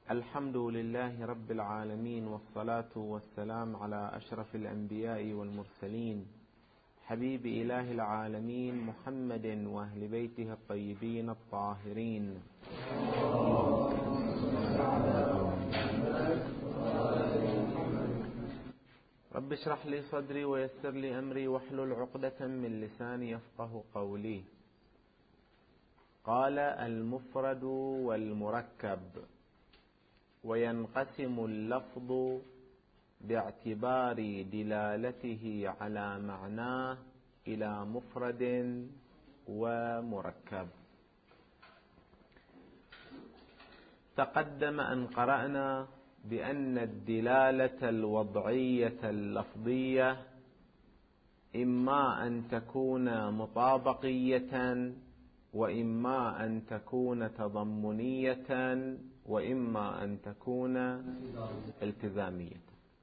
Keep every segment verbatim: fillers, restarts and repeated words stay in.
الحمد لله رب العالمين، والصلاة والسلام على أشرف الأنبياء والمرسلين، حبيب إله العالمين محمد وأهل بيته الطيبين الطاهرين. رب اشرح لي صدري ويسر لي أمري واحلل عقدة من لساني يفقه قولي. قال: المفرد والمركب، وينقسم اللفظ باعتبار دلالته على معناه إلى مفرد ومركب. تقدم أن قرأنا بأن الدلالة الوضعية اللفظية إما أن تكون مطابقية، وإما أن تكون تضمنية، وإما أن تكون التزامية.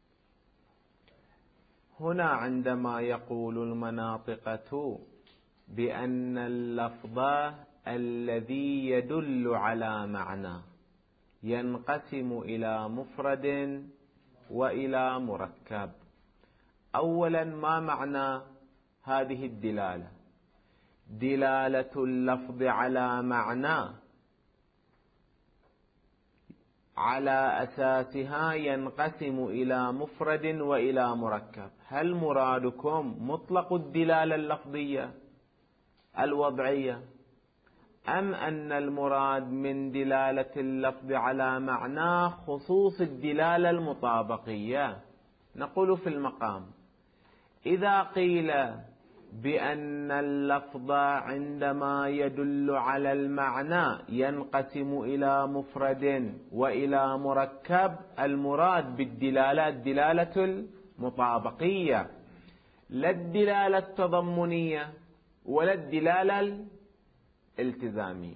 هنا عندما يقول المناطقة بأن اللفظ الذي يدل على معنى ينقسم إلى مفرد وإلى مركب، أولا ما معنى هذه الدلالة؟ دلالة اللفظ على معنى على أساسها ينقسم إلى مفرد وإلى مركب. هل مرادكم مطلق الدلالة اللفظية الوضعية، أم أن المراد من دلالة اللفظ على معنى خصوص الدلالة المطابقية؟ نقول في المقام: إذا قيل بأن اللفظ عندما يدل على المعنى ينقسم إلى مفرد وإلى مركب، المراد بالدلالة الدلالة المطابقية، لا الدلالة التضمنية ولا الدلالة الالتزامية.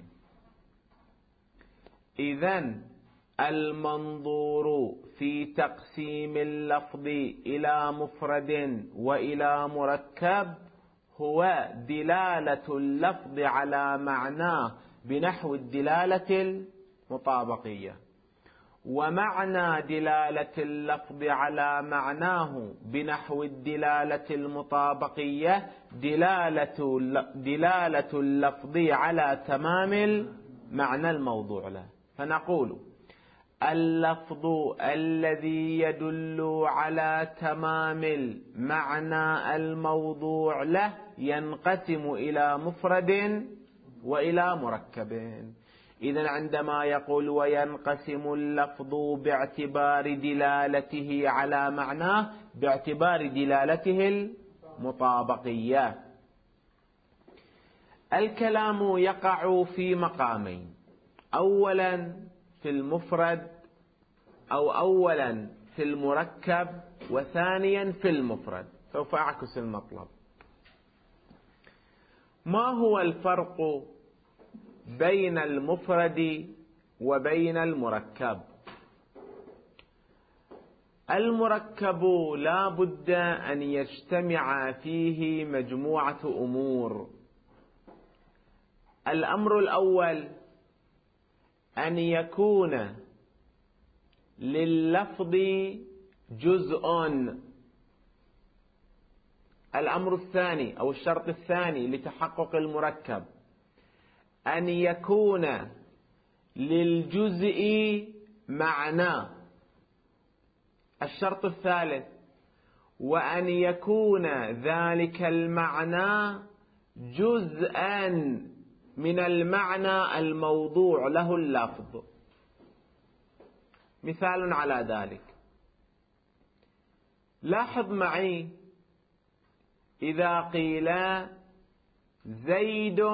إذن المنظور في تقسيم اللفظ إلى مفرد وإلى مركب هو دلالة اللفظ على معناه بنحو الدلالة المطابقية. ومعنى دلالة اللفظ على معناه بنحو الدلالة المطابقية دلالة دلالة اللفظ على تمام المعنى الموضوع له. فنقول: اللفظ الذي يدل على تمام المعنى الموضوع له ينقسم إلى مفرد وإلى مركب. إذن عندما يقول وينقسم اللفظ باعتبار دلالته على معناه باعتبار دلالته المطابقية، الكلام يقع في مقامين: أولا في المفرد أو أولا في المركب، وثانيا في المفرد. سوف أعكس المطلب. ما هو الفرق بين المفرد وبين المركب؟ المركب لا بد أن يجتمع فيه مجموعة أمور. الأمر الأول أن يكون لللفظ جزء. الأمر الثاني أو الشرط الثاني لتحقق المركب أن يكون للجزء معنى. الشرط الثالث: وأن يكون ذلك المعنى جزءا من المعنى الموضوع له اللفظ. مثال على ذلك: لاحظ معي إذا قيل زيد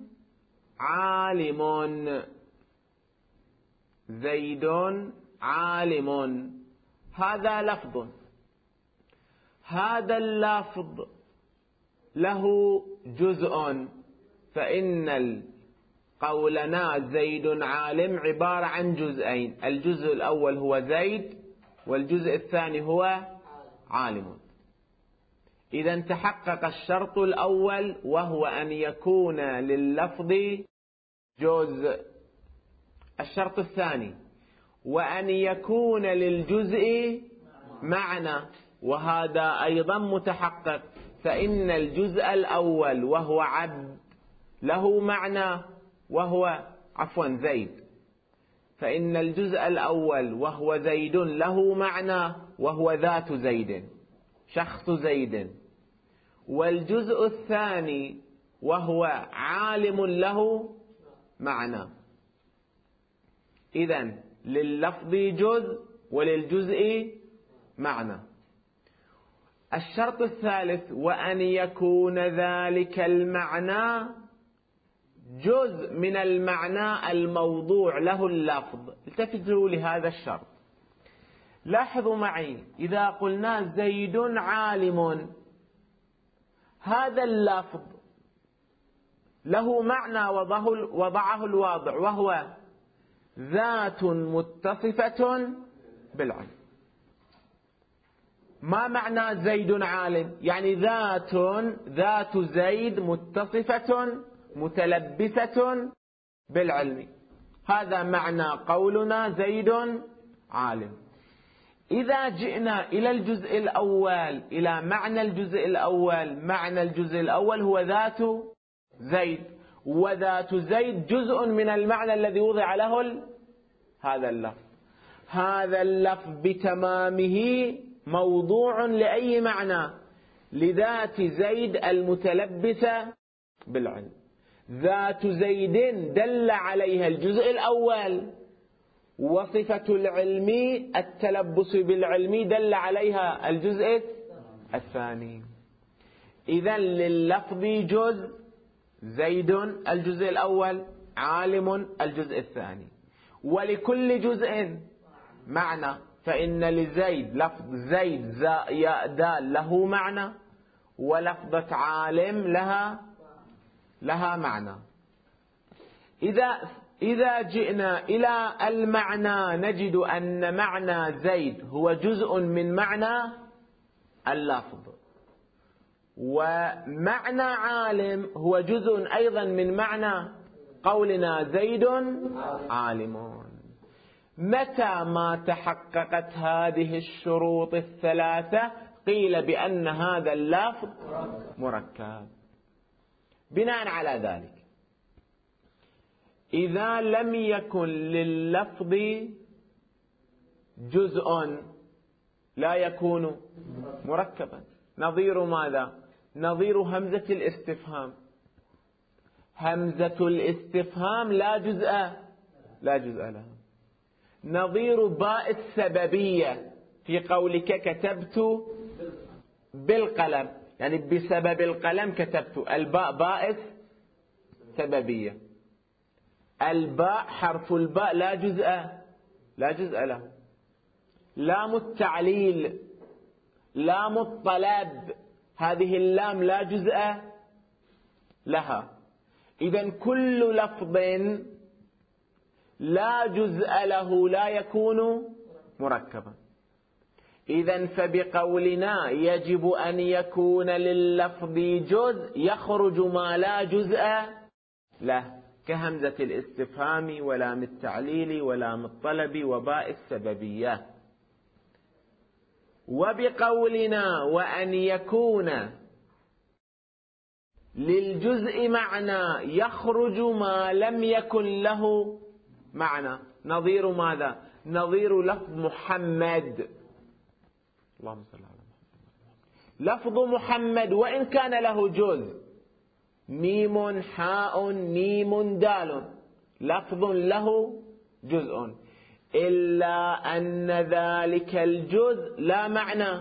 عالم، زيد عالم، هذا لفظ. هذا اللفظ له جزء، فإن قولنا زيد عالم عبارة عن جزئين: الجزء الأول هو زيد، والجزء الثاني هو عالم. إذا تحقق الشرط الأول، وهو أن يكون لللفظ جزء. الشرط الثاني: وأن يكون للجزء معنى، وهذا أيضا متحقق، فإن الجزء الأول وهو عبد له معنى وهو عفوا زيد، فإن الجزء الأول وهو زيد له معنى وهو ذات زيد، شخص زيد. والجزء الثاني وهو عالم له معنى. إذن لللفظ جزء وللجزء معنى. الشرط الثالث وأن يكون ذلك المعنى جزء من المعنى الموضوع له اللفظ. التفتوا لهذا الشرط. لاحظوا معي، إذا قلنا زيد عالم، هذا اللفظ له معنى وضعه الواضع وهو ذات متصفة بالعلم. ما معنى زيد عالم؟ يعني ذات ذات زيد متصفة متلبسة بالعلم، هذا معنى قولنا زيد عالم. إذا جئنا إلى الجزء الأول، إلى معنى الجزء الأول، معنى الجزء الأول هو ذات زيد، وذات زيد جزء من المعنى الذي وضع له هذا اللفظ. هذا اللفظ بتمامه موضوع لأي معنى؟ لذات زيد المتلبسة بالعلم. ذات زيد دل عليها الجزء الأول، وصفة العلم التلبس بالعلم دل عليها الجزء الثاني. إذن لللفظ جزء، زيد الجزء الأول، عالم الجزء الثاني، ولكل جزء معنى، فإن لزيد لفظ زيد زاء دال له معنى، ولفظة عالم لها لها معنى. إذا إذا جئنا إلى المعنى نجد أن معنى زيد هو جزء من معنى اللفظ، ومعنى عالم هو جزء أيضا من معنى قولنا زيد عالم. متى ما تحققت هذه الشروط الثلاثة قيل بأن هذا اللفظ مركب. بناء على ذلك، إذا لم يكن لللفظ جزء لا يكون مركبا. نظير ماذا؟ نظير همزة الاستفهام. همزة الاستفهام لا جزء لا جزء لها. نظير باء السببية في قولك كتبت بالقلم، يعني بسبب القلم كتبت. الباء باء سببية. الباء حرف الباء لا جزء لا جزء له. لام التعليل، لام الطلب، هذه اللام لا جزء لها. إذن كل لفظ لا جزء له لا يكون مركبا. إذن فبقولنا يجب أن يكون لللفظ جزء يخرج ما لا جزء له، كهمزة الاستفهام ولام التعليل ولام الطلب وباء السببية. وبقولنا وأن يكون للجزء معنى يخرج ما لم يكن له معنى. نظير ماذا؟ نظير لفظ محمد. اللهم صل على محمد. لفظ محمد وإن كان له جزء، ميم حاء ميم دال، لفظ له جزء، إلا أن ذلك الجزء لا معنى.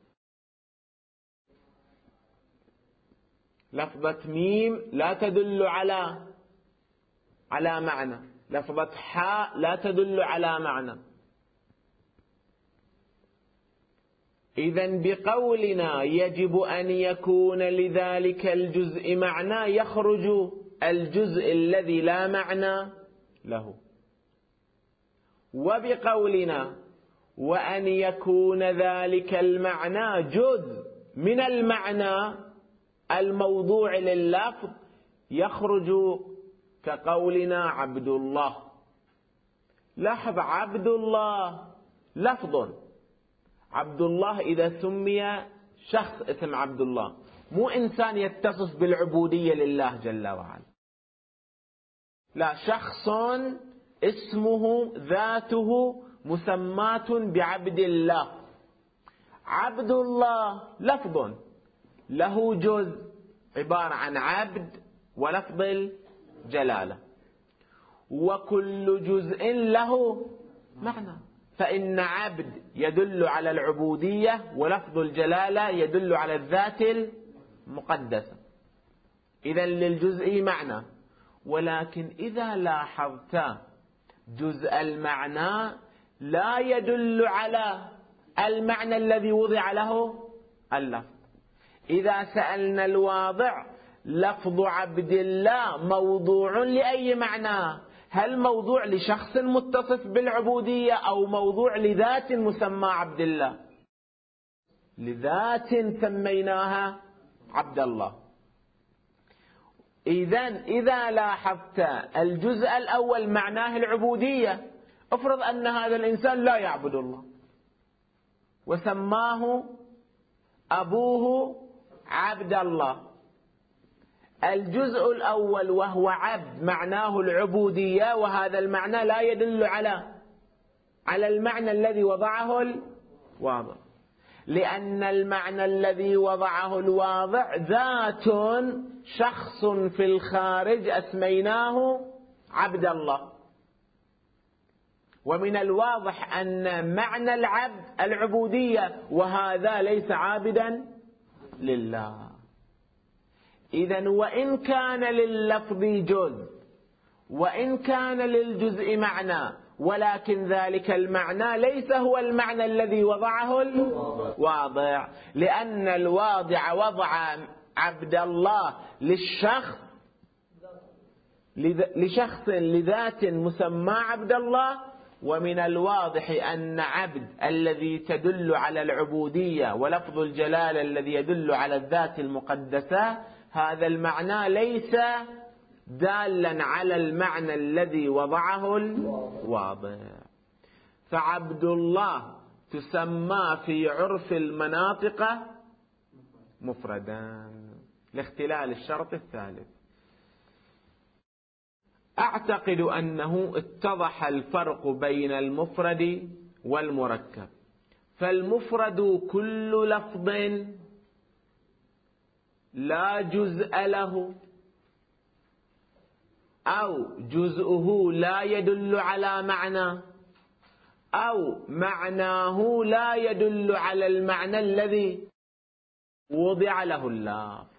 لفظة ميم لا تدل على على معنى، لفظة حاء لا تدل على معنى. إذن بقولنا يجب أن يكون لذلك الجزء معنى يخرج الجزء الذي لا معنى له. وبقولنا وأن يكون ذلك المعنى جزء من المعنى الموضوع لللفظ يخرج كقولنا عبد الله. لاحظ عبد الله لفظ، عبد الله إذا سمي شخص اسم عبد الله، مو إنسان يتصف بالعبودية لله جل وعلا، لا، شخص اسمه ذاته مسماة بعبد الله. عبد الله لفظ له جزء عبارة عن عبد ولفظ الجلالة، وكل جزء له معنى، فإن عبد يدل على العبودية ولفظ الجلالة يدل على الذات المقدسة، إذن للجزء معنى. ولكن إذا لاحظت جزء المعنى لا يدل على المعنى الذي وضع له اللفظ. إذا سألنا الواضع لفظ عبد الله موضوع لأي معنى؟ هل موضوع لشخص متصف بالعبودية أو موضوع لذات مسمى عبد الله؟ لذات سميناها عبد الله. إذن إذا لاحظت الجزء الأول معناه العبودية، افرض أن هذا الإنسان لا يعبد الله وسماه أبوه عبد الله، الجزء الأول وهو عبد معناه العبودية، وهذا المعنى لا يدل على على المعنى الذي وضعه الواضع، لأن المعنى الذي وضعه الواضع ذات شخص في الخارج أسميناه عبد الله. ومن الواضح أن معنى العبد العبودية، وهذا ليس عابدا لله. إذن وإن كان لللفظ جزء وإن كان للجزء معنى، ولكن ذلك المعنى ليس هو المعنى الذي وضعه الواضع، لأن الواضع وضع عبد الله للشخص لشخص لذات مسمى عبد الله. ومن الواضح أن عبد الذي تدل على العبودية ولفظ الجلالة الذي يدل على الذات المقدسة، هذا المعنى ليس دالا على المعنى الذي وضعه الواضع. فعبد الله تسمى في عرف المناطق مفردا لاختلال الشرط الثالث. أعتقد أنه اتضح الفرق بين المفرد والمركب. فالمفرد كل لفظ لا جزء له أو جزءه لا يدل على معنى أو معناه لا يدل على المعنى الذي وضع له اللفظ.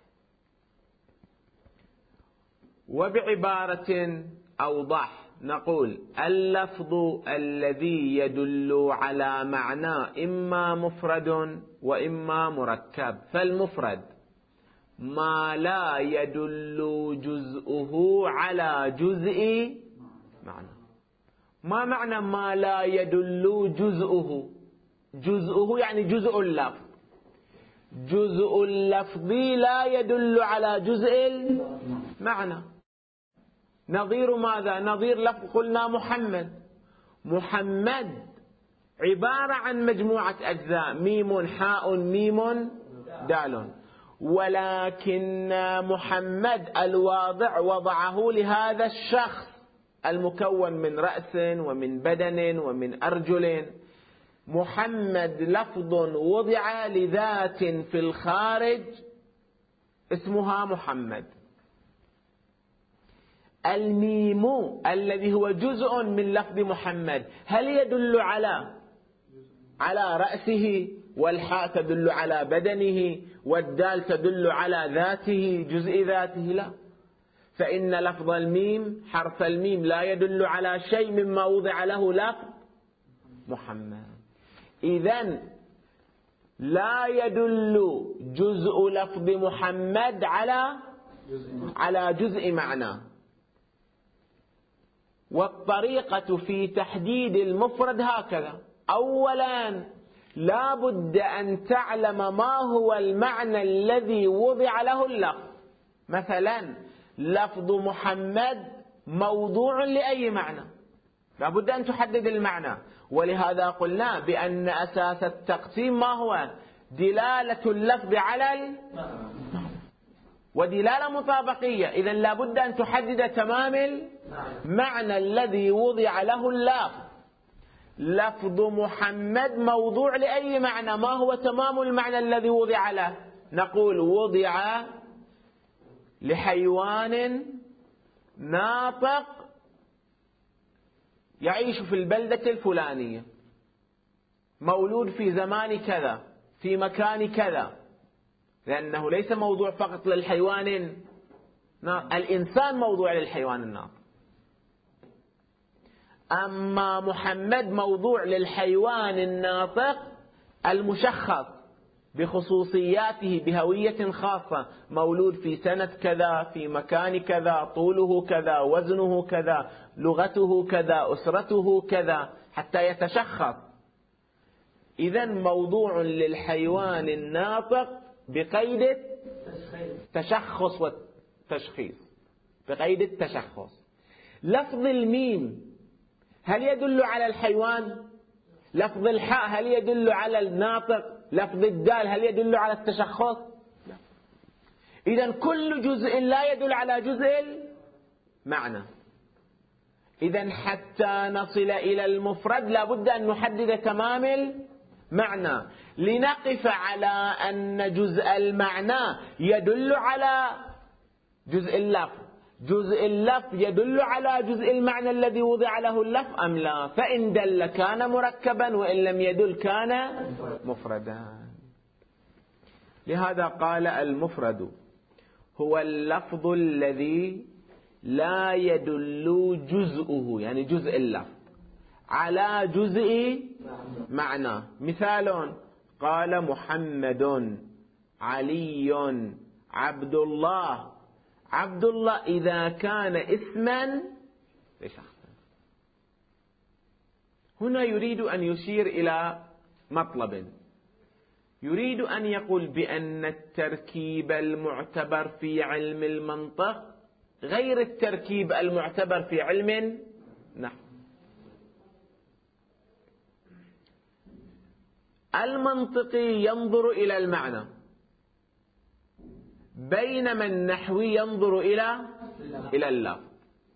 وبعبارة أوضح نقول اللفظ الذي يدل على معنى إما مفرد وإما مركب. فالمفرد ما لا يدل جزءه على جزء معنى. ما معنى ما لا يدل جزءه؟ جزءه يعني جزء اللفظ، جزء اللفظ لا يدل على جزء المعنى. نظير ماذا؟ نظير لفظ قلنا محمد. محمد عبارة عن مجموعة أجزاء، ميم حاء ميم دال، ولكن محمد الواضع وضعه لهذا الشخص المكون من رأس ومن بدن ومن أرجل. محمد لفظ وضع لذات في الخارج اسمها محمد. الميم الذي هو جزء من لفظ محمد هل يدل على على رأسه، والحاء تدل على بدنه، والدال تدل على ذاته جزء ذاته؟ لا، فإن لفظ الميم حرف الميم لا يدل على شيء مما وضع له لفظ محمد. إذن لا يدل جزء لفظ محمد على على جزء معناه. والطريقة في تحديد المفرد هكذا: أولا لا بد أن تعلم ما هو المعنى الذي وضع له اللفظ. مثلا لفظ محمد موضوع لأي معنى؟ لابد أن تحدد المعنى. ولهذا قلنا بأن أساس التقسيم ما هو؟ دلالة اللفظ على ال... ودلالة مطابقية. إذن لابد أن تحدد تمام المعنى الذي وضع له اللفظ. لفظ محمد موضوع لأي معنى؟ ما هو تمام المعنى الذي وضع له؟ نقول وضع لحيوان ناطق يعيش في البلدة الفلانية، مولود في زمان كذا في مكان كذا، لأنه ليس موضوع فقط للحيوان، الإنسان موضوع للحيوان الناطق. أما محمد موضوع للحيوان الناطق المشخص بخصوصياته بهوية خاصة، مولود في سنة كذا في مكان كذا، طوله كذا، وزنه كذا، لغته كذا، أسرته كذا، حتى يتشخص. إذن موضوع للحيوان الناطق بقيد التشخص والتشخيص، بقيد التشخص. لفظ الميم هل يدل على الحيوان؟ لفظ الحاء هل يدل على الناطق؟ لفظ الدال هل يدل على التشخص؟ إذن كل جزء لا يدل على جزء المعنى. إذن حتى نصل إلى المفرد لابد أن نحدد تمام المعنى، لنقف على أن جزء المعنى يدل على جزء اللفظ، جزء اللفظ يدل على جزء المعنى الذي وضع له اللفظ أم لا. فإن دل كان مركبا، وإن لم يدل كان مفردا. لهذا قال المفرد هو اللفظ الذي لا يدل جزءه، يعني جزء اللفظ، على جزء معنى. مثال: قال محمد، علي، عبد الله. عبد الله إذا كان اسما لشخص. هنا يريد أن يشير إلى مطلب، يريد أن يقول بأن التركيب المعتبر في علم المنطق غير التركيب المعتبر في علم النحو. المنطقي ينظر إلى المعنى، بينما النحوي ينظر إلى إلى اللفظ.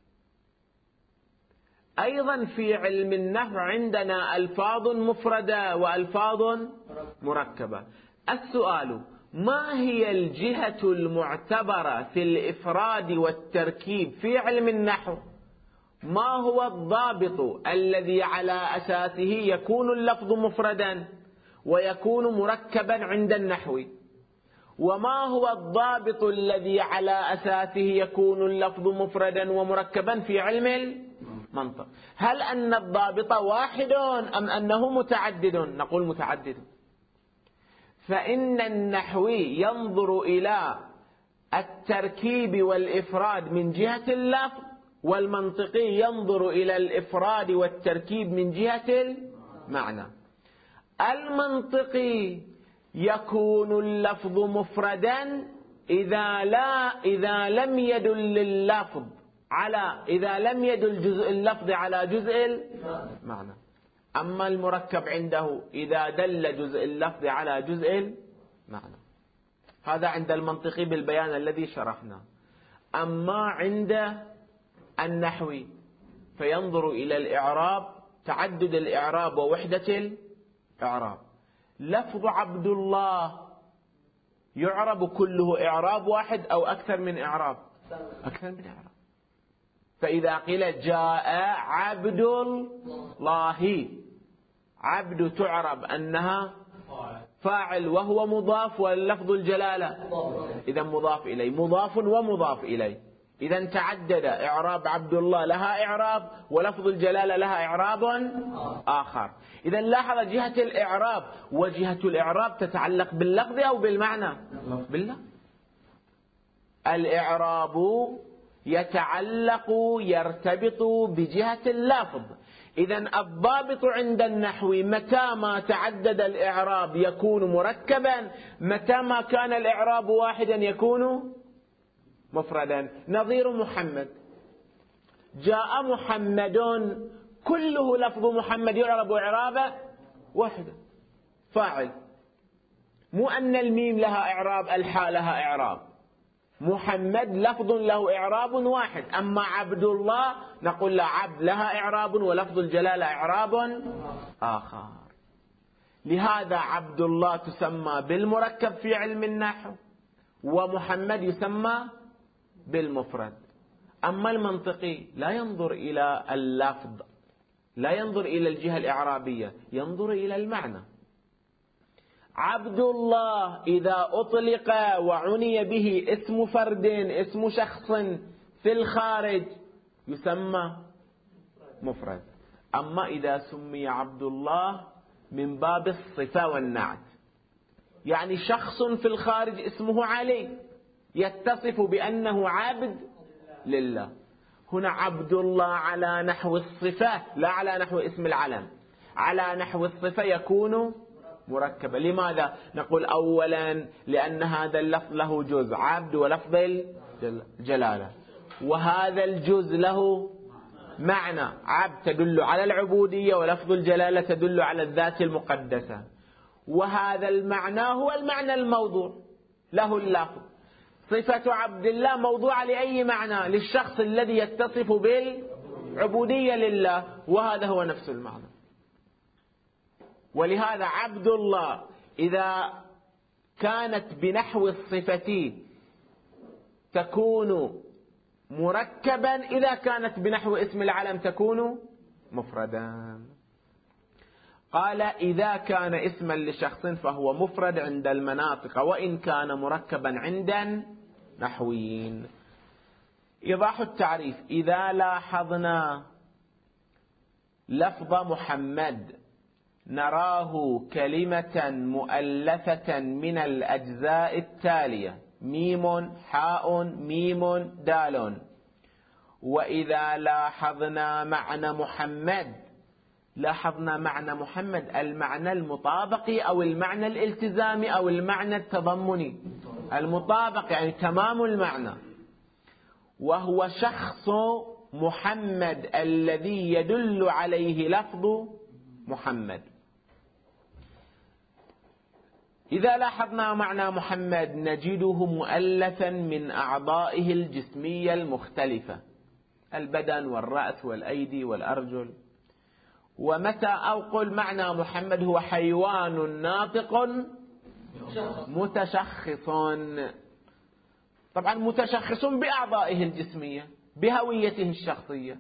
أيضا في علم النحو عندنا ألفاظ مفردة وألفاظ مركبة. السؤال: ما هي الجهة المعتبرة في الإفراد والتركيب في علم النحو؟ ما هو الضابط الذي على أساسه يكون اللفظ مفردا ويكون مركبا عند النحوي؟ وما هو الضابط الذي على أساسه يكون اللفظ مفردا ومركبا في علم المنطق؟ هل أن الضابط واحد أم أنه متعدد؟ نقول متعدد. فإن النحوي ينظر إلى التركيب والإفراد من جهة اللفظ، والمنطقي ينظر إلى الإفراد والتركيب من جهة المعنى. المنطقي يكون اللفظ مفردا إذا لا إذا لم يدل اللفظ على إذا لم يدل جزء اللفظ على جزء المعنى. أما المركب عنده إذا دل جزء اللفظ على جزء المعنى. هذا عند المنطقي بالبيان الذي شرحناه. أما عند النحوي فينظر إلى الإعراب، تعدد الإعراب ووحدة الإعراب. لفظ عبد الله يعرب كله إعراب واحد أو أكثر من إعراب؟ أكثر من إعراب. فإذا قيل جاء عبد الله، عبد تعرب أنها فاعل وهو مضاف واللفظ الجلالة إذا مضاف إليه، مضاف ومضاف إليه. إذا تعدد إعراب عبد الله لها إعراب، ولفظ الجلالة لها إعراب آخر. إذا لاحظ جهة الإعراب، وجهة الإعراب تتعلق باللفظ أو بالمعنى؟ باللفظ. الإعراب يتعلق يرتبط بجهة اللفظ. إذا الضابط عند النحو متى ما تعدد الإعراب يكون مركبا، متى ما كان الإعراب واحدا يكون مفردا. نظير محمد: جاء محمد كله لفظ محمد يعرب إعرابا واحدا، فاعل. مو أن الميم لها إعراب الحاء لها إعراب. محمد لفظ له إعراب واحد، أما عبد الله نقول له عبد لها إعراب ولفظ الجلالة إعراب آخر. لهذا عبد الله تسمى بالمركب في علم النحو، ومحمد يسمى بالمفرد. أما المنطقي لا ينظر إلى اللفظ، لا ينظر إلى الجهة الإعرابية، ينظر إلى المعنى. عبد الله إذا أطلق وعني به اسم فرد، اسم شخص في الخارج، يسمى مفرد. أما إذا سمي عبد الله من باب الصفة والنعت، يعني شخص في الخارج اسمه علي يتصف بأنه عبد لله، هنا عبد الله على نحو الصفة لا على نحو اسم العلم. على نحو الصفة يكون مركبة. لماذا؟ نقول أولا لأن هذا اللفظ له جزء عبد ولفظ الجلالة، وهذا الجزء له معنى. عبد تدل على العبودية ولفظ الجلالة تدل على الذات المقدسة، وهذا المعنى هو المعنى الموضوع له اللفظ. صفة عبد الله موضوعة لأي معنى؟ للشخص الذي يتصف بالعبودية لله، وهذا هو نفس المعنى. ولهذا عبد الله إذا كانت بنحو الصفة تكون مركبا، إذا كانت بنحو اسم العلم تكون مفردا. قال إذا كان اسما لشخص فهو مفرد عند المناطق، وإن كان مركبا عند نحويين. إيضاح التعريف: إذا لاحظنا لفظ محمد نراه كلمة مؤلفة من الأجزاء التالية: ميم حاء ميم دال. وإذا لاحظنا معنى محمد، لاحظنا معنى محمد المعنى المطابقي أو المعنى الالتزامي أو المعنى التضمني. المطابق يعني تمام المعنى، وهو شخص محمد الذي يدل عليه لفظ محمد. إذا لاحظنا معنى محمد نجده مؤلفا من أعضائه الجسمية المختلفة: البدن والرأس والأيدي والأرجل. ومتى أقول معنى محمد هو حيوان ناطق متشخص، طبعا متشخص بأعضائه الجسمية بهويته الشخصية.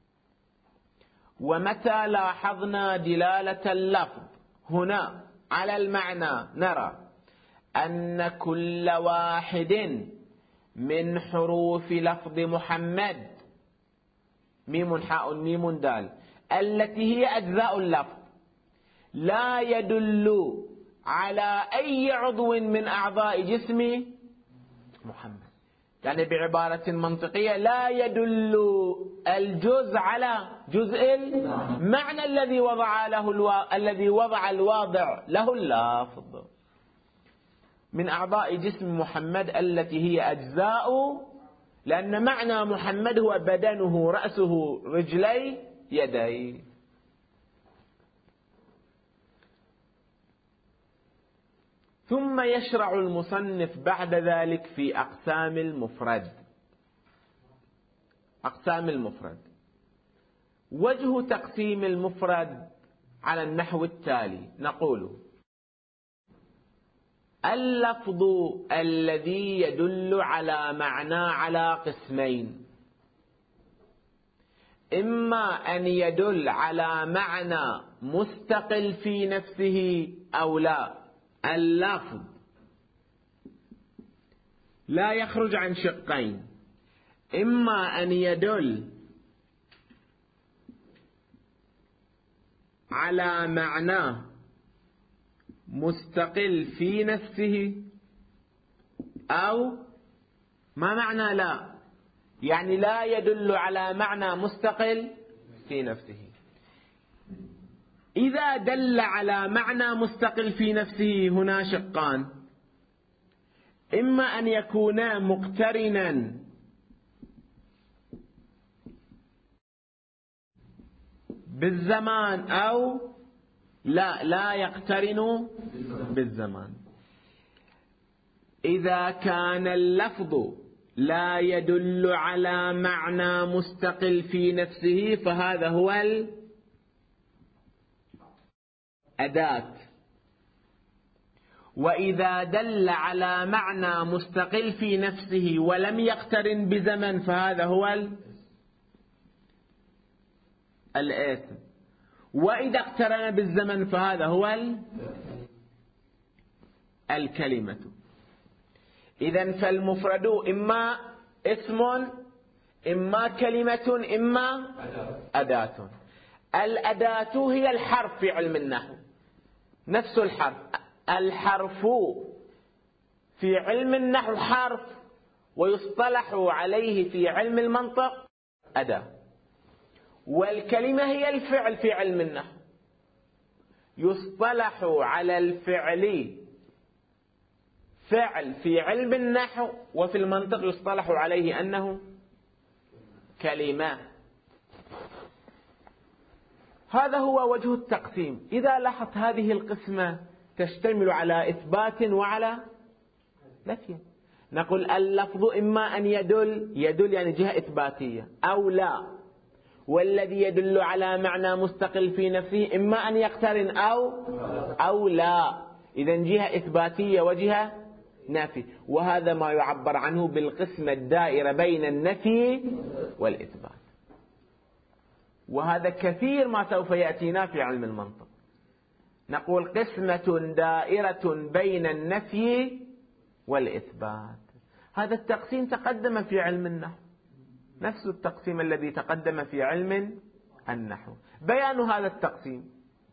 ومتى لاحظنا دلالة اللفظ هنا على المعنى نرى أن كل واحد من حروف لفظ محمد ميم حاء ميم دال التي هي أجزاء اللفظ لا يدل على أي عضو من أعضاء جسم محمد. يعني بعبارة منطقية لا يدل الجزء على جزء المعنى الذي وضع له الو... الذي وضع الواضع له اللفظ من أعضاء جسم محمد التي هي أجزاء، لأن معنى محمد هو بدنه رأسه رجلي يدي. ثم يشرع المصنف بعد ذلك في أقسام المفرد. أقسام المفرد: وجه تقسيم المفرد على النحو التالي: نقول: اللفظ الذي يدل على معنى على قسمين: إما أن يدل على معنى مستقل في نفسه أو لا. اللفظ لا يخرج عن شقين: إما أن يدل على معنى مستقل في نفسه، أو ما معنى لا؟ يعني لا يدل على معنى مستقل في نفسه. إذا دل على معنى مستقل في نفسه هنا شقان: إما أن يكون مقترنا بالزمان أو لا لا يقترن بالزمان. إذا كان اللفظ لا يدل على معنى مستقل في نفسه فهذا هو الأداة. وإذا دل على معنى مستقل في نفسه ولم يقترن بزمن فهذا هو الاسم. وإذا اقترن بالزمن فهذا هو الكلمة. إذن فالمفرد إما اسم إما كلمة إما أداة. الأداة هي الحرف في علم النحو، نفس الحرف. الحرف في علم النحو حرف، ويصطلح عليه في علم المنطق أداة. والكلمة هي الفعل في علم النحو، يصطلح على الفعل فعل في علم النحو، وفي المنطق يصطلح عليه أنه كلمة. هذا هو وجه التقسيم. إذا لاحظت هذه القسمة تشتمل على إثبات وعلى نفي. نقول اللفظ إما أن يدل يدل يعني جهة إثباتية أو لا، والذي يدل على معنى مستقل في نفسه إما أن يقترن أو أو لا. إذن جهة إثباتية وجهة نفي، وهذا ما يعبر عنه بالقسمة الدائرة بين النفي والإثبات. وهذا كثير ما سوف يأتينا في علم المنطق. نقول قسمة دائرة بين النفي والإثبات. هذا التقسيم تقدم في علم النحو، نفس التقسيم الذي تقدم في علم النحو. بيان هذا التقسيم: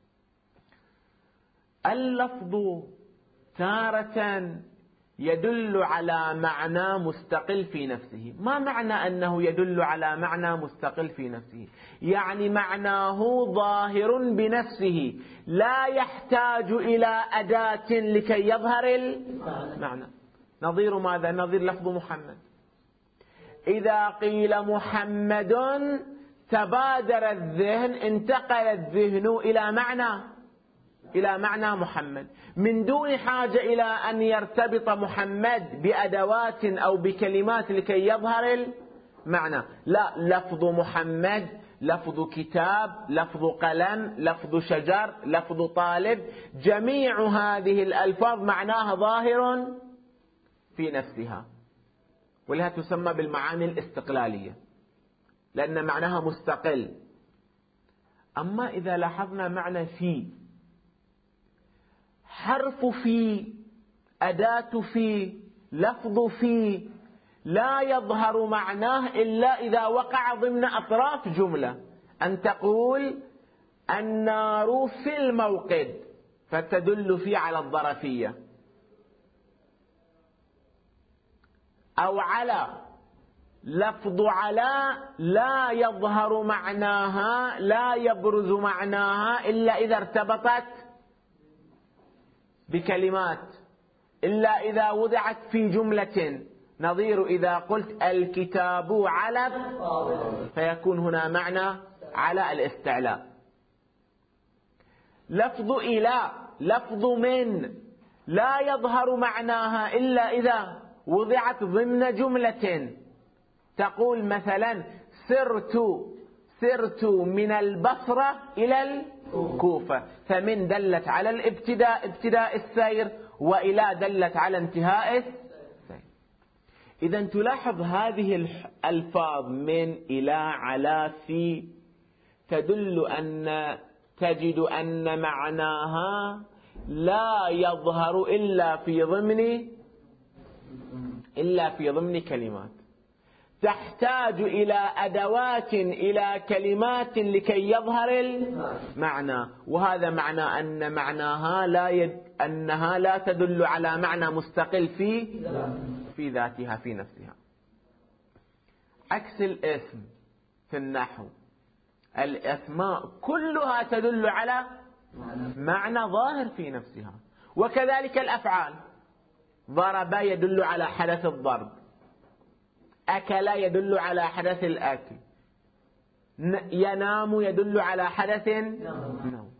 اللفظ تارة يدل على معنى مستقل في نفسه. ما معنى أنه يدل على معنى مستقل في نفسه؟ يعني معناه ظاهر بنفسه، لا يحتاج إلى أداة لكي يظهر المعنى. نظير ماذا؟ نظير لفظ محمد. إذا قيل محمد تبادر الذهن، انتقل الذهن إلى معنى إلى معنى محمد، من دون حاجة إلى أن يرتبط محمد بأدوات أو بكلمات لكي يظهر المعنى. لا، لفظ محمد لفظ كتاب، لفظ قلم، لفظ شجر، لفظ طالب، جميع هذه الألفاظ معناها ظاهر في نفسها، ولها تسمى بالمعاني الاستقلالية لأن معناها مستقل. أما إذا لاحظنا معنى في، حرف في، أداة في، لفظ في، لا يظهر معناه إلا إذا وقع ضمن أطراف جملة. أن تقول النار في الموقد فتدل في على الظرفية، أو على. لفظ على لا يظهر معناها، لا يبرز معناها إلا إذا ارتبطت بكلمات، إلا إذا وضعت في جملة. نظير إذا قلت الكتاب على، فيكون هنا معنى على الاستعلاء. لفظ إلى، لفظ من، لا يظهر معناها إلا إذا وضعت ضمن جملة. تقول مثلا سرت سرت من البصرة إلى الكوفة، فمن دلت على الابتداء، ابتداء السير، وإلى دلت على انتهاء السير. إذا تلاحظ هذه الألفاظ من، إلى، على، في، تدل أن تجد أن معناها لا يظهر إلا في ضمن إلا في ضمن كلمات، تحتاج إلى أدوات، إلى كلمات لكي يظهر المعنى. وهذا معنى أن معناها لا يد... أنها لا تدل على معنى مستقل في في ذاتها في نفسها. عكس الاسم في النحو، الأسماء كلها تدل على معنى ظاهر في نفسها، وكذلك الأفعال. ضرب يدل على حدث الضرب، أكل يدل على حدث الأكل، ينام يدل على حدث نوم.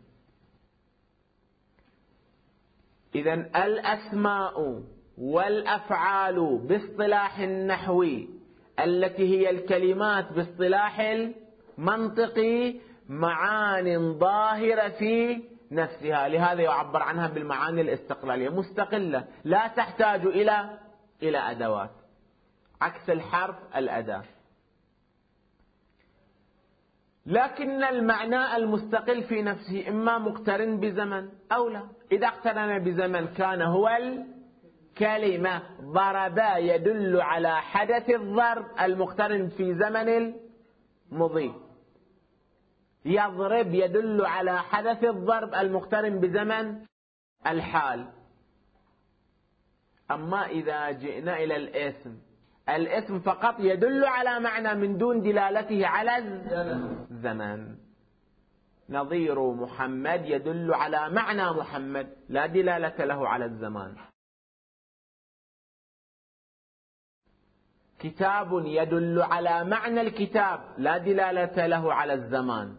إذن الأسماء والأفعال باصطلاح النحوي التي هي الكلمات باصطلاح المنطقي معان ظاهرة في نفسها، لهذا يعبر عنها بالمعاني الاستقلالية، مستقلة لا تحتاج إلى إلى أدوات، عكس الحرف الأداة. لكن المعنى المستقل في نفسه إما مقترن بزمن أو لا. إذا اقترن بزمن كان هو الكلمة. ضرب يدل على حدث الضرب المقترن في زمن المضي. يضرب يدل على حدث الضرب المقترن بزمن الحال. أما إذا جئنا إلى الاسم، الاسم فقط يدل على معنى من دون دلالته على الزمن. نظير محمد يدل على معنى محمد لا دلالة له على الزمان. كتاب يدل على معنى الكتاب لا دلالة له على الزمان.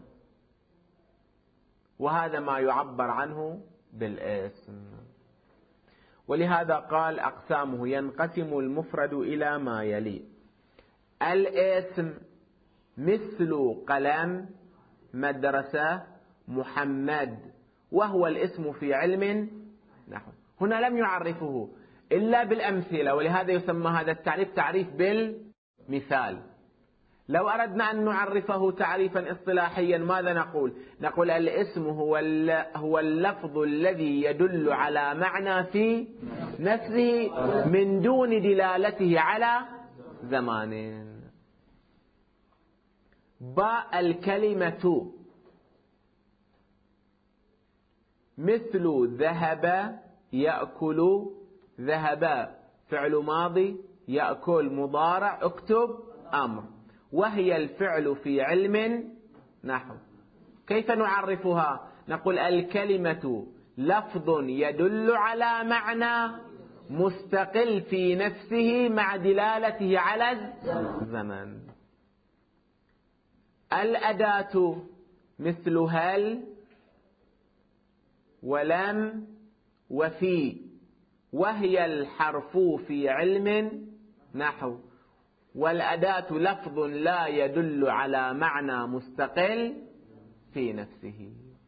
وهذا ما يعبر عنه بالاسم. ولهذا قال أقسامه ينقسم المفرد إلى ما يلي: الاسم مثل قلم، مدرسة، محمد، وهو الاسم في علم نحو. هنا لم يعرفه إلا بالأمثلة، ولهذا يسمى هذا التعريف تعريف بالمثال. لو أردنا أن نعرفه تعريفا اصطلاحيا ماذا نقول؟ نقول الاسم هو هو اللفظ الذي يدل على معنى في نفسه من دون دلالته على زمان. باء الكلمة مثل ذهب يأكل، ذهب فعل ماضي، يأكل مضارع، اكتب أمر، وهي الفعل في علم نحو. كيف نعرفها؟ نقول الكلمة لفظ يدل على معنى مستقل في نفسه مع دلالته على الزمن. الأداة مثل هل ولم وفي، وهي الحرف في علم نحو. والأداة لفظ لا يدل على معنى مستقل في نفسه.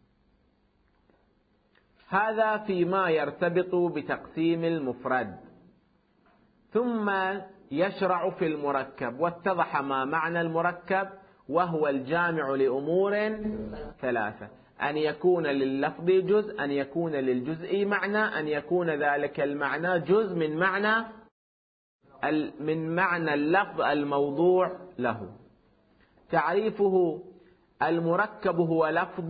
هذا فيما يرتبط بتقسيم المفرد. ثم يشرع في المركب، واتضح ما معنى المركب، وهو الجامع لأمور ثلاثة: أن يكون لللفظ جزء، أن يكون للجزء معنى، أن يكون ذلك المعنى جزء من معنى من معنى اللفظ الموضوع له. تعريفه: المركب هو لفظ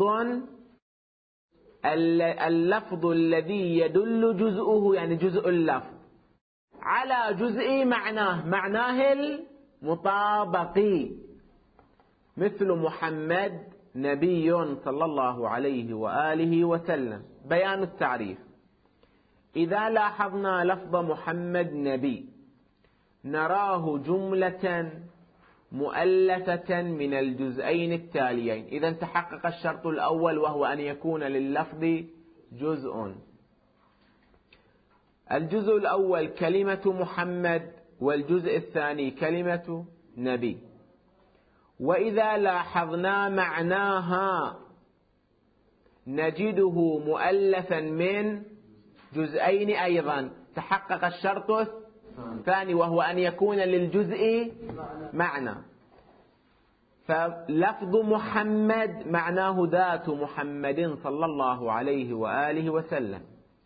اللفظ الذي يدل جزءه، يعني جزء اللفظ، على جزء معناه، معناه المطابق. مثل محمد نبي صلى الله عليه وآله وسلم. بيان التعريف: إذا لاحظنا لفظ محمد نبي نراه جملة مؤلفة من الجزئين التاليين. إذا تحقق الشرط الأول، وهو أن يكون لللفظ جزء. الجزء الأول كلمة محمد، والجزء الثاني كلمة نبي. وإذا لاحظنا معناها نجده مؤلفا من جزئين أيضا. تحقق الشرط الثاني، وهو أن يكون للجزء معنى. فلفظ محمد معناه ذات محمد صلى الله عليه وآله وسلم.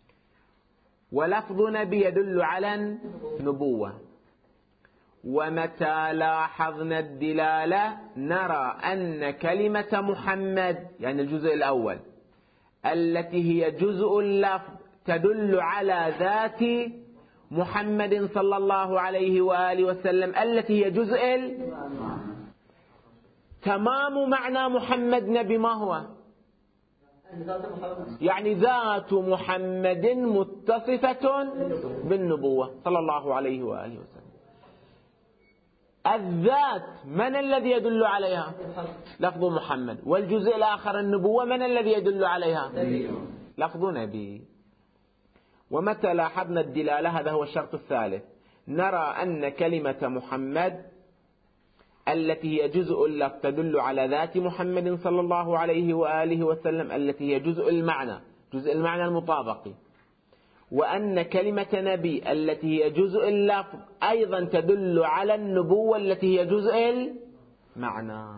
ولفظ نبي يدل على النبوة. ومتى لاحظنا الدلالة نرى أن كلمة محمد، يعني الجزء الأول، التي هي جزء اللفظ، تدل على ذات محمد صلى الله عليه وآله وسلم، التي هي جزء ال... تمام معنى محمد نبي ما هو؟ يعني ذات محمد متصفة بالنبوة صلى الله عليه وآله وسلم. الذات من الذي يدل عليها؟ لفظ محمد. والجزء الآخر النبوة من الذي يدل عليها؟ لفظ نبي. ومتى لاحظنا الدلالة، هذا هو الشرط الثالث، نرى أن كلمة محمد التي هي جزء اللفظ تدل على ذات محمد صلى الله عليه وآله وسلم التي هي جزء المعنى، جزء المعنى المطابقي، وأن كلمة نبي التي هي جزء اللفظ أيضا تدل على النبوة التي هي جزء المعنى.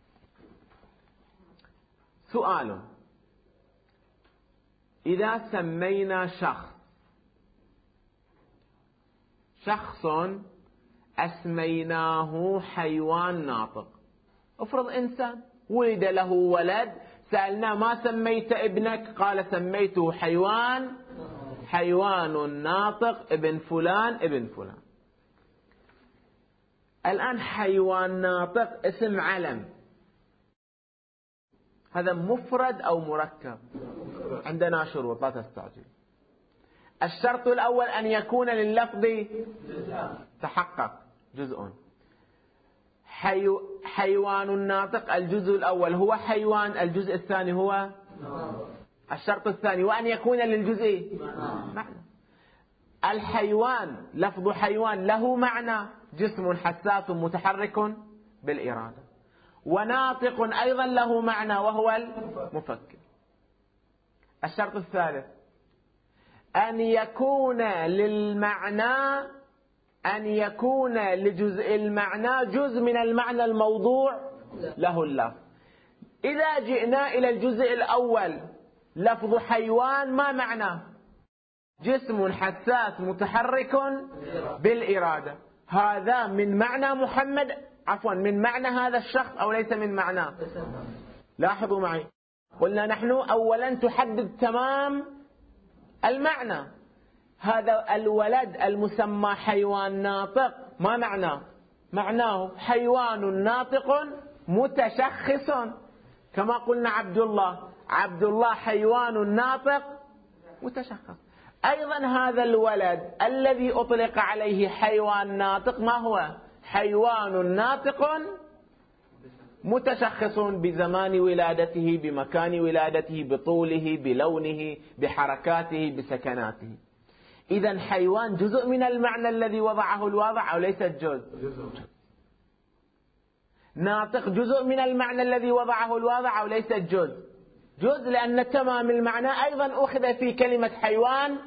سؤال: إذا سمينا شخص شخص أسميناه حيوان ناطق، افرض إنسان ولد له ولد، سألناه ما سميت ابنك؟ قال سميته حيوان حيوان ناطق ابن فلان ابن فلان. الآن حيوان ناطق اسم علم، هذا مفرد أو مركب؟ عندنا شروط لا تستعجل. الشرط الأول أن يكون لللفظ تحقق جزء. حي... حيوان ناطق الجزء الأول هو حيوان، الجزء الثاني هو الشرط الثاني، وأن يكون للجزء معنى. الحيوان لفظ حيوان له معنى، جسم حساس متحرك بالإرادة، وناطق أيضا له معنى وهو المفكر. الشرط الثالث أن يكون للمعنى أن يكون لجزء المعنى جزء من المعنى الموضوع له اللفظ. إذا جئنا إلى الجزء الأول لفظ حيوان ما معنى؟ جسم حساس متحرك بالإرادة، هذا من معنى محمد، عفوا من معنى هذا الشخص أو ليس من معناه؟ لاحظوا معي، قلنا نحن أولا تحدد تمام المعنى. هذا الولد المسمى حيوان ناطق ما معناه؟ معناه حيوان ناطق متشخص، كما قلنا عبد الله، عبد الله حيوان ناطق متشخص. أيضا هذا الولد الذي أطلق عليه حيوان ناطق ما هو؟ حيوان ناطق متشخص بزمان ولادته، بمكان ولادته، بطوله، بلونه، بحركاته، بسكناته. إذن حيوان جزء من المعنى الذي وضعه الواضع أو ليس جزء؟ ناطق جزء من المعنى الذي وضعه الواضع أو ليس جزء؟ جزء، لأن تمام المعنى أيضا أخذ في كلمة حيوان.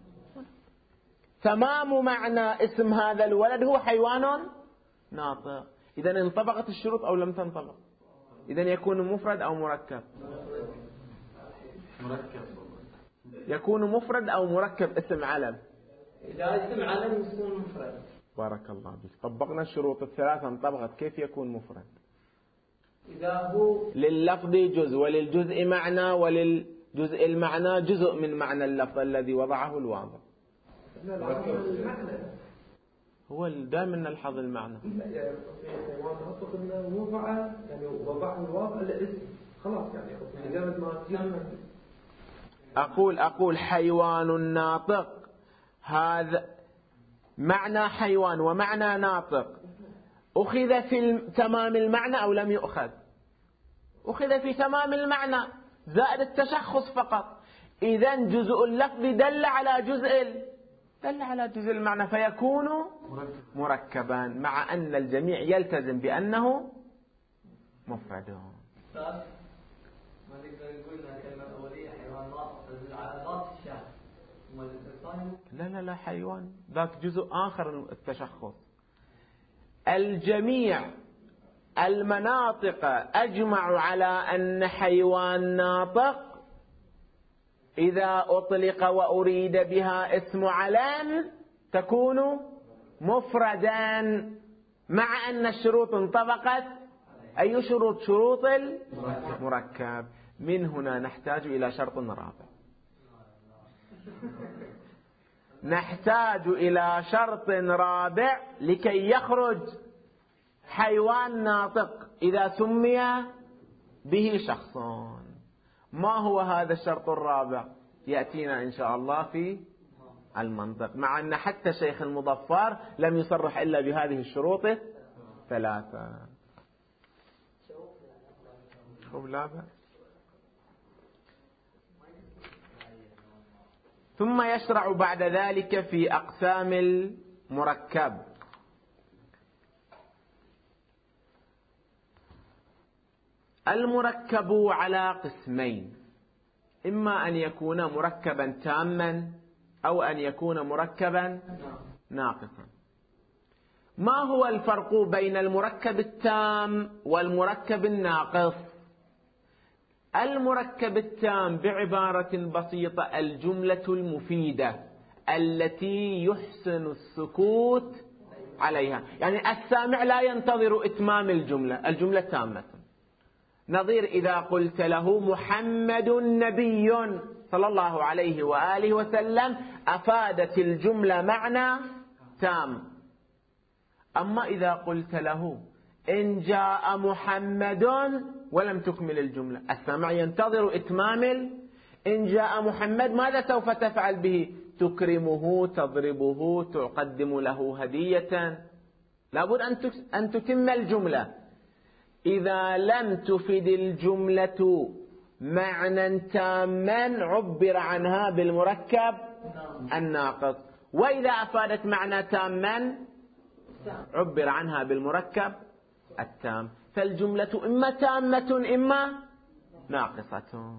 تمام معنى اسم هذا الولد هو حيوان ناطق. إذن انطبقت الشروط أو لم تنطبق؟ إذن يكون مفرد أو مركب؟ مركب. يكون مفرد أو مركب اسم علم؟ إذا اسم علم يكون مفرد. بارك الله بك، طبقنا الشروط الثلاثة انطبقت، كيف يكون مفرد؟ إذا هو لللفظ جزء، وللجزء معنى، وللجزء المعنى جزء من معنى اللفظ الذي وضعه الواضع. هو دائما نلحظ المعنى. يعني نطلق انه وضع، يعني وضعه الواضع الاسم خلاص، يعني مجرد ما اقول اقول حيوان ناطق، هذا معنى حيوان ومعنى ناطق اخذ في تمام المعنى او لم يؤخذ؟ اخذ في تمام المعنى زائد التشخص فقط. اذن جزء اللفظ دل على جزء دل على جزء المعنى فيكون مركبا، مع أن الجميع يلتزم بأنه مفرد. ما نقدر نقول أن الكلمة الأولية حيوان ناطق تدل على ذات الشخص، لا لا لا حيوان ذاك جزء آخر التشخص. الجميع المناطق أجمعوا على أن حيوان ناطق إذا أطلق وأريد بها اسم علم تكون مفردا، مع أن الشروط انطبقت. أي شروط؟ شروط المركب. من هنا نحتاج إلى شرط رابع، نحتاج إلى شرط رابع لكي يخرج حيوان ناطق إذا سمي به شخصان. ما هو هذا الشرط الرابع؟ يأتينا إن شاء الله في المنطق، مع أن حتى شيخ المظفر لم يصرح إلا بهذه الشروط ثلاثة. خب لا بأس. ثم يشرع بعد ذلك في أقسام المركب. المركب على قسمين، إما أن يكون مركبا تاما أو أن يكون مركبا ناقصا. ما هو الفرق بين المركب التام والمركب الناقص؟ المركب التام بعبارة بسيطة الجملة المفيدة التي يحسن السكوت عليها، يعني السامع لا ينتظر إتمام الجملة، الجملة تامة. نظير إذا قلت له محمد نبي صلى الله عليه وآله وسلم أفادت الجملة معنى تام. أما إذا قلت له إن جاء محمد ولم تكمل الجملة، السامع ينتظر إتمام. إن جاء محمد ماذا سوف تفعل به؟ تكرمه، تضربه، تقدم له هدية. لابد أن تتم الجملة. إذا لم تفد الجملة معنى تاما عبر عنها بالمركب الناقص، وإذا أفادت معنى تاما عبر عنها بالمركب التام. فالجملة إما تامة إما ناقصة.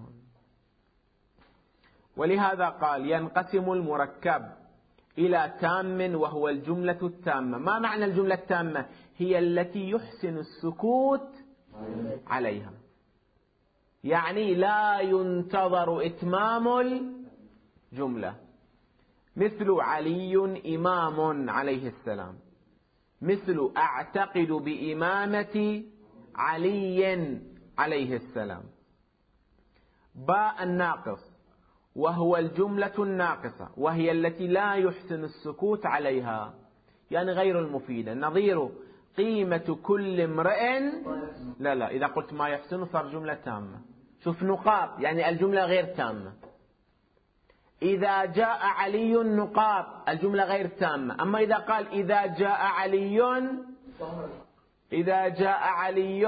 ولهذا قال ينقسم المركب إلى تام وهو الجملة التامة. ما معنى الجملة التامة؟ هي التي يحسن السكوت عليها، يعني لا ينتظر إتمام الجملة. مثل علي إمام عليه السلام، مثل أعتقد بإمامة علي عليه السلام. باء الناقص وهو الجملة الناقصة، وهي التي لا يحسن السكوت عليها، يعني غير المفيدة. نظير قيمة كل امرئ، لا لا إذا قلت ما يحسن صار جملة تامة. شوف نقاط، يعني الجملة غير تامة. إذا جاء علي نقاط الجملة غير تامة. أما إذا قال إذا جاء علي، إذا جاء علي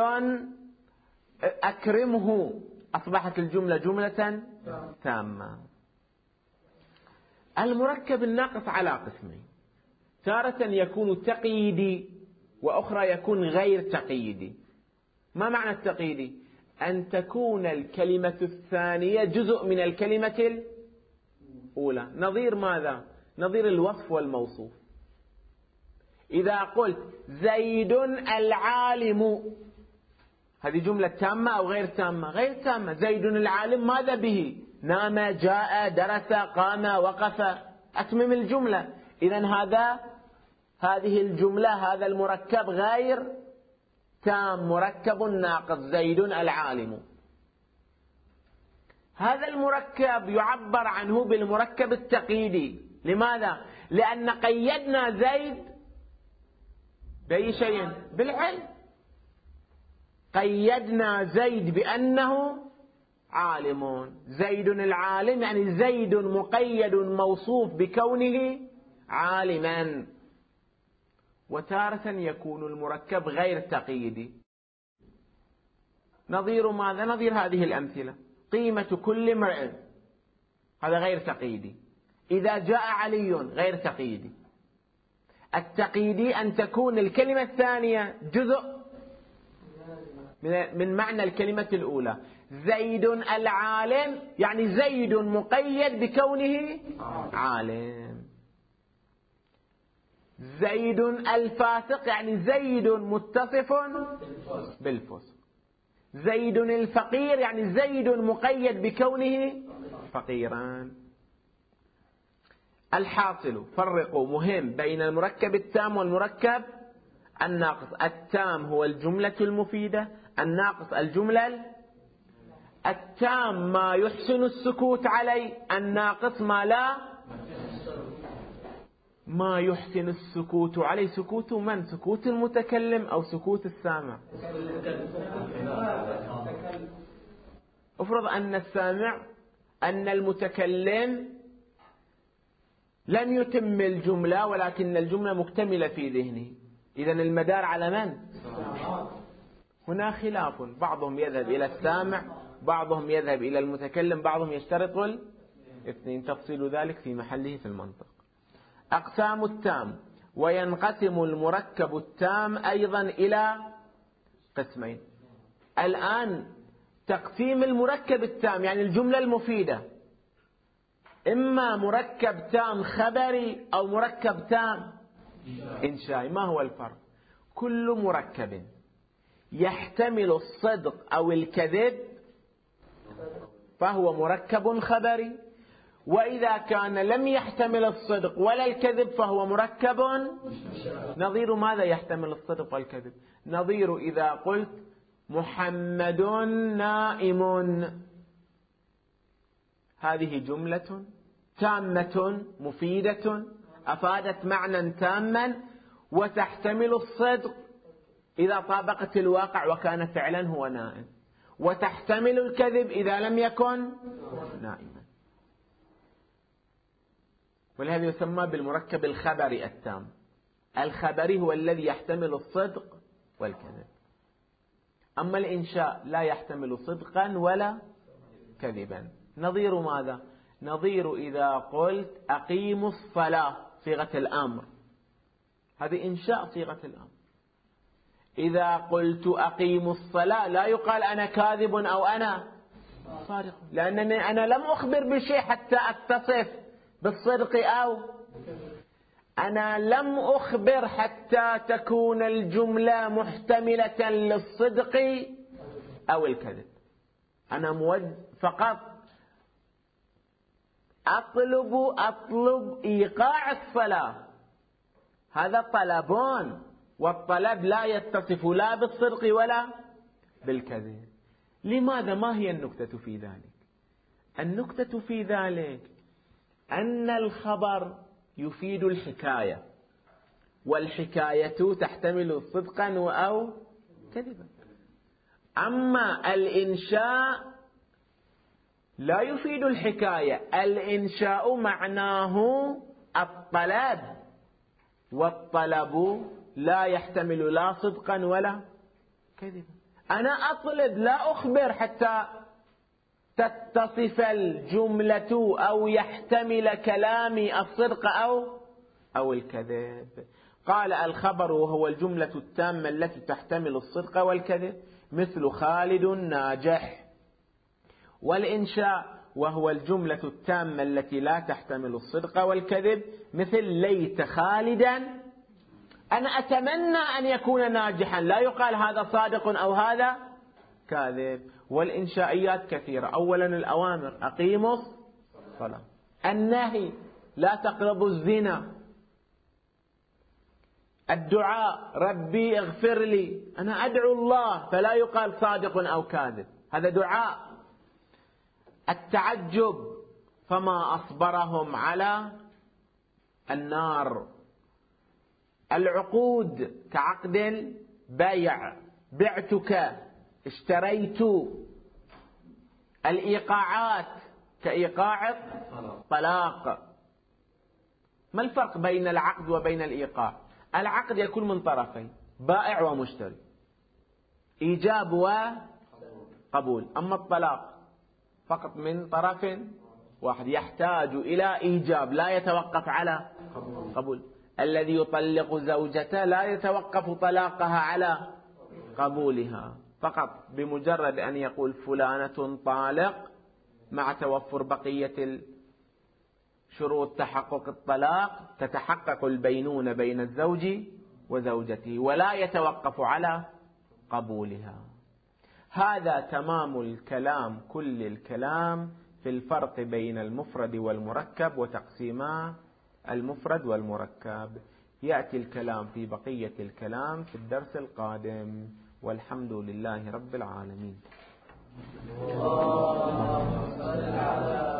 أكرمه، أصبحت الجملة جملة تامة. المركب الناقص على قسمين، تارة يكون تقييدي وأخرى يكون غير تقييدي. ما معنى التقييدي؟ أن تكون الكلمة الثانية جزء من الكلمة الأولى. نظير ماذا؟ نظير الوصف والموصوف. إذا قلت زيد العالم، هذه جملة تامة أو غير تامة؟ غير تامة. زيد العالم ماذا به؟ نام، جاء، درس، قام، وقف، أتمم الجملة. إذن هذا هذه الجملة هذا المركب غير تام، مركب ناقص، زيد العالم. هذا المركب يعبر عنه بالمركب التقييدي. لماذا؟ لأن قيدنا زيد بأي شيء؟ بالعلم. قيدنا زيد بأنه عالم. زيد العالم يعني زيد مقيد موصوف بكونه عالما. وتارة يكون المركب غير تقييدي. نظير ماذا؟ نظير هذه الأمثلة. قيمة كل امرئ، هذا غير تقييدي. إذا جاء علي غير تقييدي. التقييدي أن تكون الكلمة الثانية جزء من معنى الكلمة الأولى. زيد العالم يعني زيد مقيد بكونه عالم. زيد الفاسق يعني زيد متصف بالفسق. زيد الفقير يعني زيد مقيد بكونه فقيرا. الحاصل فرقوا مهم بين المركب التام والمركب الناقص. التام هو الجملة المفيدة، الناقص الجملة. التام ما يحسن السكوت عليه، الناقص ما لا ما يحسن السكوت عليه. سكوت من؟ سكوت المتكلم أو سكوت السامع؟ افرض أن السامع أن المتكلم لم يتم الجملة ولكن الجملة مكتملة في ذهنه، إذن المدار على من؟ هنا خلاف، بعضهم يذهب إلى السامع، بعضهم يذهب إلى المتكلم، بعضهم يشترط الاثنين، تفصيل ذلك في محله في المنطق. أقسام التام: وينقسم المركب التام أيضا إلى قسمين. الآن تقسيم المركب التام يعني الجملة المفيدة، إما مركب تام خبري أو مركب تام إنشائي. ما هو الفرق؟ كل مركب يحتمل الصدق أو الكذب فهو مركب خبري، وإذا كان لم يحتمل الصدق ولا الكذب فهو مركب. نظير ماذا يحتمل الصدق والكذب؟ نظير إذا قلت محمد نائم، هذه جملة تامة مفيدة أفادت معنى تاما وتحتمل الصدق إذا طابقت الواقع وكان فعلا هو نائم، وتحتمل الكذب إذا لم يكن نائما. ولهذا يسمى بالمركب الخبري التام. الخبري هو الذي يحتمل الصدق والكذب، أما الإنشاء لا يحتمل صدقا ولا كذبا. نظير ماذا؟ نظير إذا قلت أقيموا الصلاة صيغة الأمر، هذه إنشاء صيغة الأمر. إذا قلت أقيموا الصلاة لا يقال أنا كاذب أو أنا صادق، لأنني أنا لم أخبر بشيء حتى أتصف بالصدق، أو أنا لم أخبر حتى تكون الجملة محتملة للصدق أو الكذب. أنا مود فقط أطلب أطلب إيقاع الصلاة، هذا طلبون، والطلب لا يتصف لا بالصدق ولا بالكذب. لماذا؟ ما هي النكتة في ذلك؟ النكتة في ذلك أن الخبر يفيد الحكاية، والحكاية تحتمل صدقا أو كذبا. أما الإنشاء لا يفيد الحكاية، الإنشاء معناه الطلب، والطلب لا يحتمل لا صدقا ولا كذبا. أنا أطلب لا أخبر حتى تتصف الجملة أو يحتمل كلامي الصدق أو أو الكذب. قال الخبر وهو الجملة التامة التي تحتمل الصدق والكذب مثل خالد ناجح، والإنشاء وهو الجملة التامة التي لا تحتمل الصدق والكذب مثل ليت خالدا، أنا أتمنى أن يكون ناجحا، لا يقال هذا صادق أو هذا كاذب. والإنشائيات كثيرة. أولا الأوامر أقيموا الصلاة، النهي لا تقربوا الزنا، الدعاء ربي اغفر لي، أنا أدعو الله فلا يقال صادق أو كاذب، هذا دعاء. التعجب فما أصبرهم على النار. العقود كعقد البيع، بعتك اشتريت. الإيقاعات كإيقاع الطلاق. ما الفرق بين العقد وبين الإيقاع؟ العقد يكون من طرفين، بائع ومشتري، إيجاب وقبول. أما الطلاق فقط من طرف واحد، يحتاج إلى إيجاب لا يتوقف على قبول. الذي يطلق زوجته لا يتوقف طلاقها على قبولها، فقط بمجرد أن يقول فلانة طالق مع توفر بقية شروط تحقق الطلاق تتحقق البينونة بين الزوج وزوجته، ولا يتوقف على قبولها. هذا تمام الكلام، كل الكلام في الفرق بين المفرد والمركب وتقسيما المفرد والمركب. يأتي الكلام في بقية الكلام في الدرس القادم، والحمد لله رب العالمين.